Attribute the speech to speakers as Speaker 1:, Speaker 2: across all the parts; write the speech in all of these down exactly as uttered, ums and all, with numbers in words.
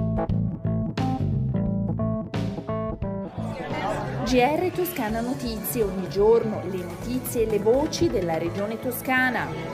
Speaker 1: G R Toscana Notizie, ogni giorno le notizie e le voci della regione toscana.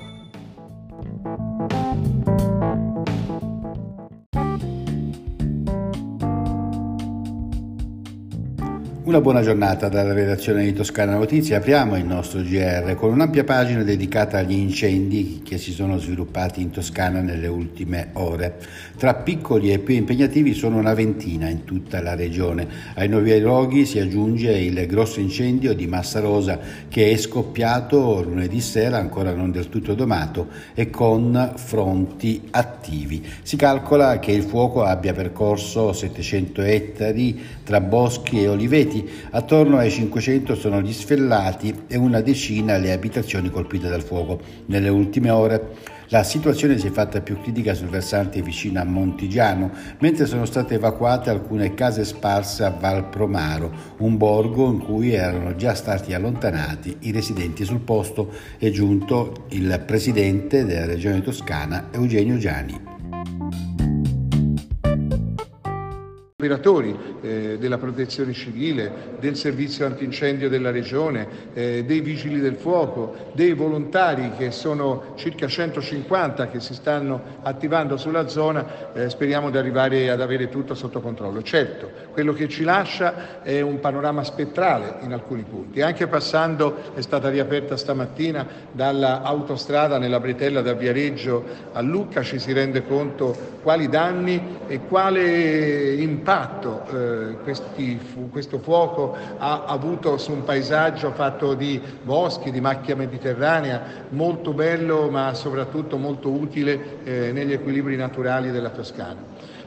Speaker 2: Una buona giornata dalla redazione di Toscana Notizie. Apriamo il nostro G R con un'ampia pagina dedicata agli incendi che si sono sviluppati in Toscana nelle ultime ore. Tra piccoli e più impegnativi sono una ventina in tutta la regione. Ai nuovi luoghi si aggiunge il grosso incendio di Massarosa che è scoppiato lunedì sera, ancora non del tutto domato e con fronti attivi. Si calcola che il fuoco abbia percorso settecento ettari tra boschi e oliveti. Attorno ai cinquecento sono gli sfellati e una decina le abitazioni colpite dal fuoco. Nelle ultime ore la situazione si è fatta più critica sul versante vicino a Montigiano, mentre sono state evacuate alcune case sparse a Valpromaro, un borgo in cui erano già stati allontanati i residenti sul posto. È giunto il presidente della regione toscana, Eugenio Giani.
Speaker 3: Operatori eh, della protezione civile, del servizio antincendio della regione, eh, dei vigili del fuoco, dei volontari che sono circa centocinquanta che si stanno attivando sulla zona, eh, speriamo di arrivare ad avere tutto sotto controllo. Certo, quello che ci lascia è un panorama spettrale in alcuni punti, anche passando, è stata riaperta stamattina dall'autostrada nella bretella da Viareggio a Lucca, ci si rende conto quali danni e quale impatto Eh, questi, fu, questo fuoco ha avuto su un paesaggio fatto di boschi, di macchia mediterranea, molto bello ma soprattutto molto utile eh, negli equilibri naturali della Toscana.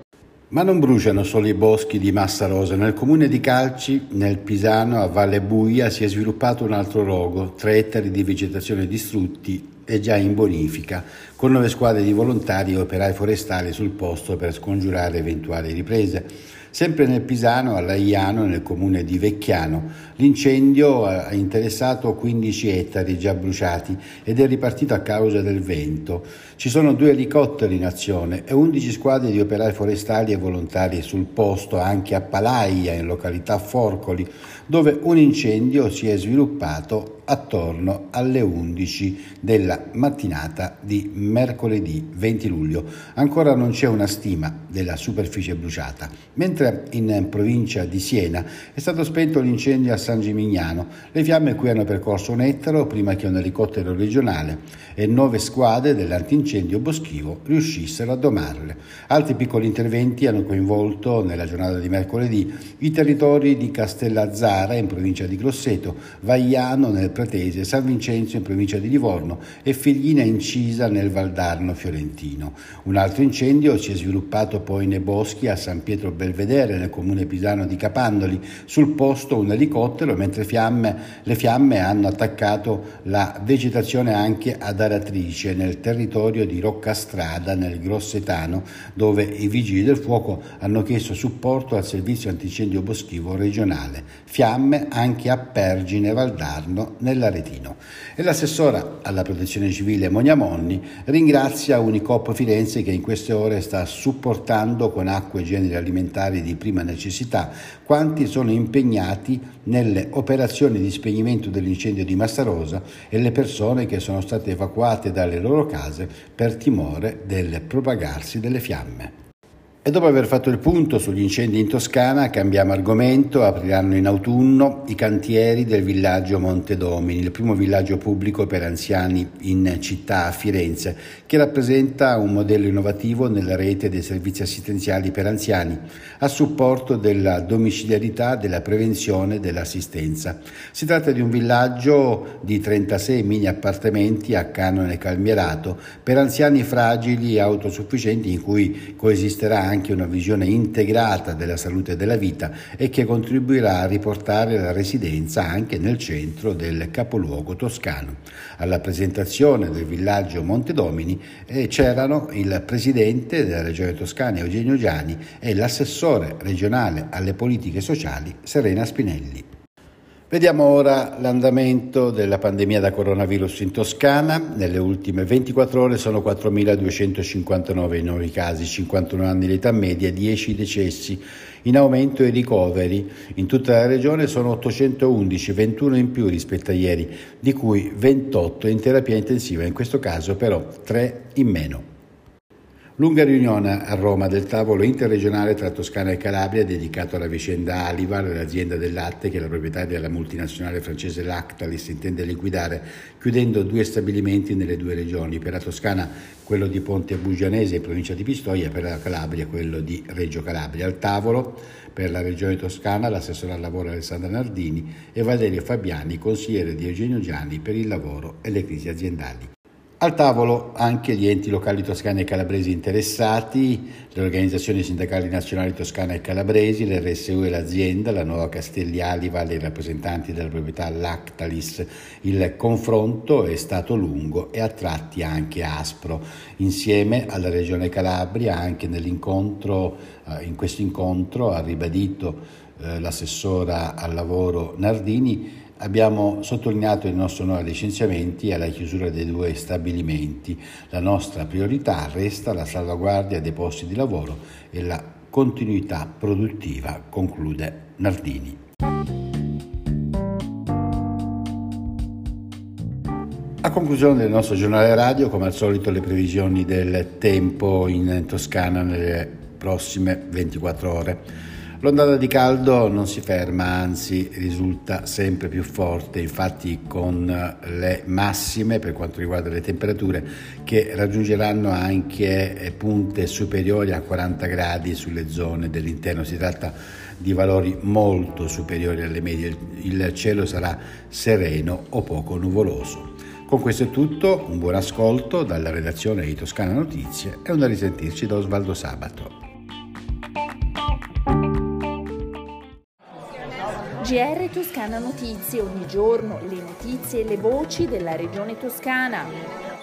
Speaker 2: Ma non bruciano solo i boschi di Massarosa. Nel comune di Calci, nel Pisano, a Valle Buia, si è sviluppato un altro rogo, tre ettari di vegetazione distrutti e già in bonifica, con nove squadre di volontari e operai forestali sul posto per scongiurare eventuali riprese. Sempre nel Pisano, a Laiano, nel comune di Vecchiano, l'incendio ha interessato quindici ettari già bruciati ed è ripartito a causa del vento. Ci sono due elicotteri in azione e undici squadre di operai forestali e volontari sul posto, anche a Palaia, in località Forcoli, dove un incendio si è sviluppato attorno alle undici della mattinata di mercoledì venti luglio. Ancora non c'è una stima della superficie bruciata, mentre in provincia di Siena è stato spento l'incendio a San Gimignano. Le fiamme qui hanno percorso un ettaro prima che un elicottero regionale e nove squadre dell'antincendio boschivo riuscissero a domarle. Altri piccoli interventi hanno coinvolto nella giornata di mercoledì i territori di Castellazzara in provincia di Grosseto, Vaiano nel Pratese, San Vincenzo in provincia di Livorno e Figlina Incisa nel Valdarno fiorentino. Un altro incendio si è sviluppato poi nei boschi a San Pietro Belvedere nel comune pisano di Capandoli, sul posto un elicottero, mentre fiamme, le fiamme hanno attaccato la vegetazione anche ad Aratrice nel territorio di Roccastrada nel Grossetano, dove i vigili del fuoco hanno chiesto supporto al servizio antincendio boschivo regionale. Fiamme anche a Pergine Valdarno nell'Aretino. E l'assessora alla protezione civile Monia Monni ringrazia Unicoop Firenze che in queste ore sta supportando con acqua e generi alimentari di prima necessità quanti sono impegnati nelle operazioni di spegnimento dell'incendio di Massarosa e le persone che sono state evacuate dalle loro case per timore del propagarsi delle fiamme. E dopo aver fatto il punto sugli incendi in Toscana, cambiamo argomento. Apriranno in autunno i cantieri del villaggio Montedomini, il primo villaggio pubblico per anziani in città a Firenze, che rappresenta un modello innovativo nella rete dei servizi assistenziali per anziani, a supporto della domiciliarità, della prevenzione e dell'assistenza. Si tratta di un villaggio di trentasei mini appartamenti a canone calmierato per anziani fragili e autosufficienti, in cui coesisterà anche anche una visione integrata della salute e della vita e che contribuirà a riportare la residenza anche nel centro del capoluogo toscano. Alla presentazione del villaggio Montedomini eh, c'erano il presidente della regione toscana Eugenio Giani e l'assessore regionale alle politiche sociali Serena Spinelli. Vediamo ora l'andamento della pandemia da coronavirus in Toscana. Nelle ultime ventiquattro ore sono quattromiladuecentocinquantanove i nuovi casi, cinquantuno anni l'età media, dieci decessi. In aumento i ricoveri. In tutta la regione sono ottocentoundici, ventuno in più rispetto a ieri, di cui ventotto in terapia intensiva, in questo caso però tre in meno. Lunga riunione a Roma del tavolo interregionale tra Toscana e Calabria dedicato alla vicenda Alival, l'azienda del latte che la proprietaria della multinazionale francese Lactalis intende liquidare, chiudendo due stabilimenti nelle due regioni, per la Toscana quello di Ponte Bugianese in provincia di Pistoia, per la Calabria quello di Reggio Calabria. Al tavolo per la regione toscana l'assessore al lavoro Alessandra Nardini e Valerio Fabiani, consigliere di Eugenio Gianni per il lavoro e le crisi aziendali. Al tavolo anche gli enti locali toscani e calabresi interessati, le organizzazioni sindacali nazionali toscane e calabresi, l'R S U e l'azienda, la Nuova Castelli Alival e i rappresentanti della proprietà Lactalis. Il confronto è stato lungo e a tratti anche aspro. Insieme alla Regione Calabria, anche nell'incontro, in questo incontro ha ribadito eh, l'assessora al lavoro Nardini. Abbiamo sottolineato il nostro no ai licenziamenti e alla chiusura dei due stabilimenti. La nostra priorità resta la salvaguardia dei posti di lavoro e la continuità produttiva, conclude Nardini. A conclusione del nostro giornale radio, come al solito, le previsioni del tempo in Toscana nelle prossime ventiquattro ore. L'ondata di caldo non si ferma, anzi risulta sempre più forte, infatti con le massime per quanto riguarda le temperature che raggiungeranno anche punte superiori a quaranta gradi sulle zone dell'interno. Si tratta di valori molto superiori alle medie, il cielo sarà sereno o poco nuvoloso. Con questo è tutto, un buon ascolto dalla redazione di Toscana Notizie e un a risentirci da Osvaldo Sabato.
Speaker 1: G R Toscana Notizie, ogni giorno le notizie e le voci della regione toscana.